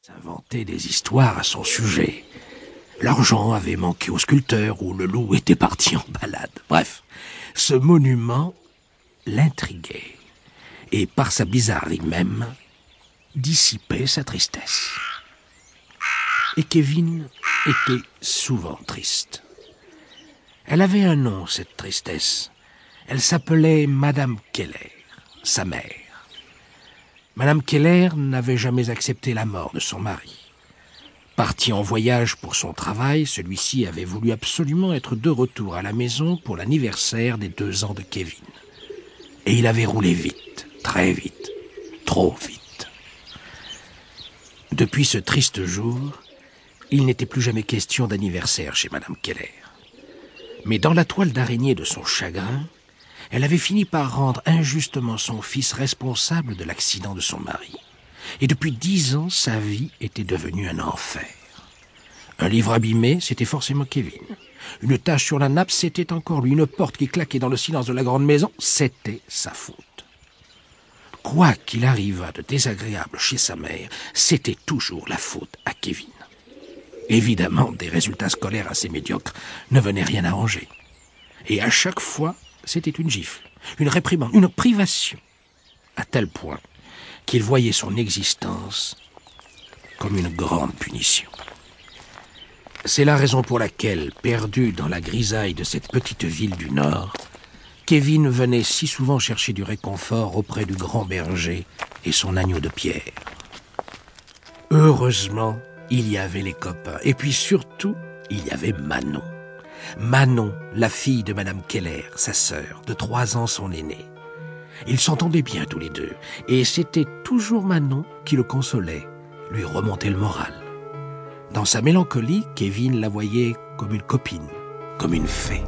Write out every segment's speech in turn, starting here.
S'inventait des histoires à son sujet. L'argent avait manqué au sculpteur ou le loup était parti en balade. Bref, ce monument l'intriguait et par sa bizarrerie même, dissipait sa tristesse. Et Kevin était souvent triste. Elle avait un nom, cette tristesse. Elle s'appelait Madame Keller, sa mère. Madame Keller n'avait jamais accepté la mort de son mari. Parti en voyage pour son travail, celui-ci avait voulu absolument être de retour à la maison pour l'anniversaire des 2 ans de Kevin. Et il avait roulé vite, très vite, trop vite. Depuis ce triste jour, il n'était plus jamais question d'anniversaire chez Madame Keller. Mais dans la toile d'araignée de son chagrin, elle avait fini par rendre injustement son fils responsable de l'accident de son mari. Et depuis 10 ans, sa vie était devenue un enfer. Un livre abîmé, c'était forcément Kevin. Une tache sur la nappe, c'était encore lui. Une porte qui claquait dans le silence de la grande maison, c'était sa faute. Quoi qu'il arrivât de désagréable chez sa mère, c'était toujours la faute à Kevin. Évidemment, des résultats scolaires assez médiocres ne venaient rien arranger. Et à chaque fois, c'était une gifle, une réprimande, une privation, à tel point qu'il voyait son existence comme une grande punition. C'est la raison pour laquelle, perdu dans la grisaille de cette petite ville du Nord, Kevin venait si souvent chercher du réconfort auprès du grand berger et son agneau de pierre. Heureusement, il y avait les copains. Et puis surtout, il y avait Manon. Manon, la fille de Madame Keller, sa sœur, de 3 ans son aînée. Ils s'entendaient bien tous les deux, et c'était toujours Manon qui le consolait, lui remontait le moral. Dans sa mélancolie, Kevin la voyait comme une copine, comme une fée.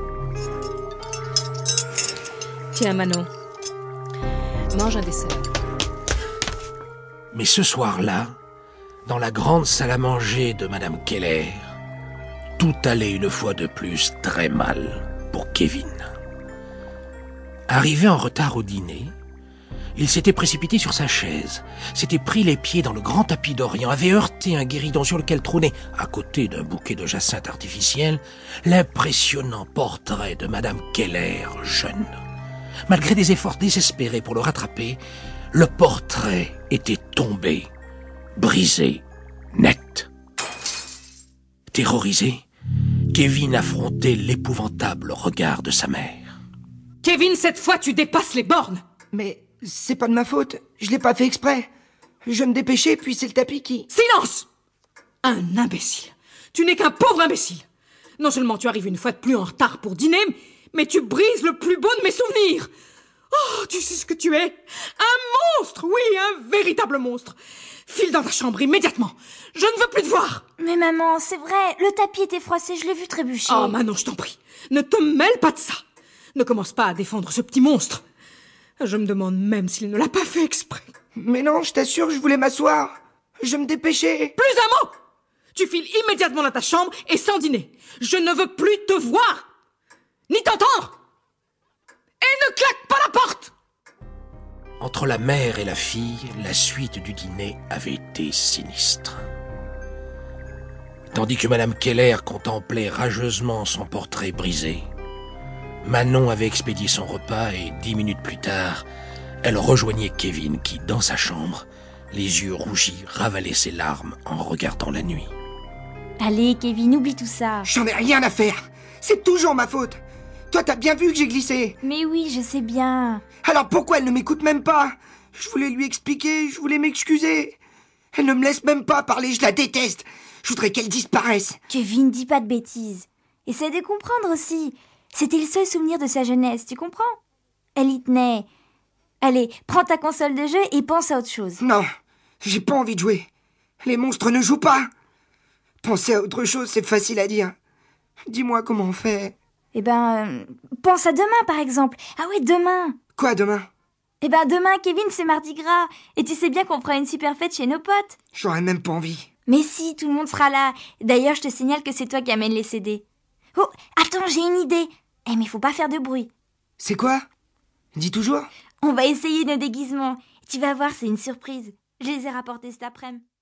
Tiens, Manon, mange un dessert. Mais ce soir-là, dans la grande salle à manger de Madame Keller, tout allait une fois de plus très mal pour Kevin. Arrivé en retard au dîner, il s'était précipité sur sa chaise, s'était pris les pieds dans le grand tapis d'Orient, avait heurté un guéridon sur lequel trônait, à côté d'un bouquet de jacinthe artificiel, l'impressionnant portrait de Madame Keller jeune. Malgré des efforts désespérés pour le rattraper, le portrait était tombé, brisé, net. Terrorisé, Kevin affrontait l'épouvantable regard de sa mère. Kevin, cette fois, tu dépasses les bornes. Mais c'est pas de ma faute. Je l'ai pas fait exprès. Je me dépêchais, puis c'est le tapis qui... Silence! Un imbécile. Tu n'es qu'un pauvre imbécile. Non seulement tu arrives une fois de plus en retard pour dîner, mais tu brises le plus beau de mes souvenirs. Oh, tu sais ce que tu es? Un monstre, oui, un véritable monstre. File dans ta chambre immédiatement. Je ne veux plus te voir. Mais maman, c'est vrai, le tapis était froissé, je l'ai vu trébucher. Oh, Manon, je t'en prie. Ne te mêle pas de ça. Ne commence pas à défendre ce petit monstre. Je me demande même s'il ne l'a pas fait exprès. Mais non, je t'assure, je voulais m'asseoir. Je me dépêchais. Plus un mot! Tu files immédiatement dans ta chambre et sans dîner. Je ne veux plus te voir, ni t'entendre. Et ne claque pas la porte! Entre la mère et la fille, la suite du dîner avait été sinistre. Tandis que Madame Keller contemplait rageusement son portrait brisé, Manon avait expédié son repas et 10 minutes plus tard, elle rejoignait Kevin qui, dans sa chambre, les yeux rougis, ravalait ses larmes en regardant la nuit. Allez, Kevin, oublie tout ça. J'en ai rien à faire. C'est toujours ma faute. Toi, t'as bien vu que j'ai glissé. Mais oui, je sais bien. Alors pourquoi elle ne m'écoute même pas? Je voulais lui expliquer, je voulais m'excuser. Elle ne me laisse même pas parler, je la déteste. Je voudrais qu'elle disparaisse. Kevin, dis pas de bêtises. Essaie de comprendre aussi. C'était le seul souvenir de sa jeunesse, tu comprends? Elle y tenait. Allez, prends ta console de jeu et pense à autre chose. Non, j'ai pas envie de jouer. Les monstres ne jouent pas. Penser à autre chose, c'est facile à dire. Dis-moi comment on fait. Eh ben, pense à demain, par exemple. Ah ouais, demain. Quoi, demain? Eh ben, demain, Kevin, c'est Mardi Gras. Et tu sais bien qu'on fera une super fête chez nos potes. J'aurais même pas envie. Mais si, tout le monde sera là. D'ailleurs, je te signale que c'est toi qui amènes les CD. Oh, attends, j'ai une idée. Eh, mais faut pas faire de bruit. C'est quoi? Dis toujours. On va essayer nos déguisements. Tu vas voir, c'est une surprise. Je les ai rapportés cet après-midi.